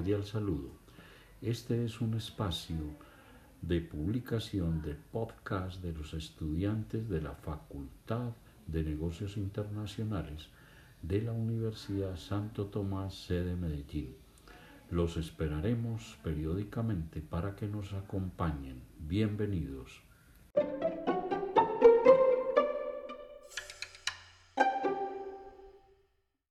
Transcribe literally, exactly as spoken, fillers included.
cordial saludo. Este es un espacio de publicación de podcast de los estudiantes de la Facultad de Negocios Internacionales de la Universidad Santo Tomás, sede Medellín. Los esperaremos periódicamente para que nos acompañen. Bienvenidos.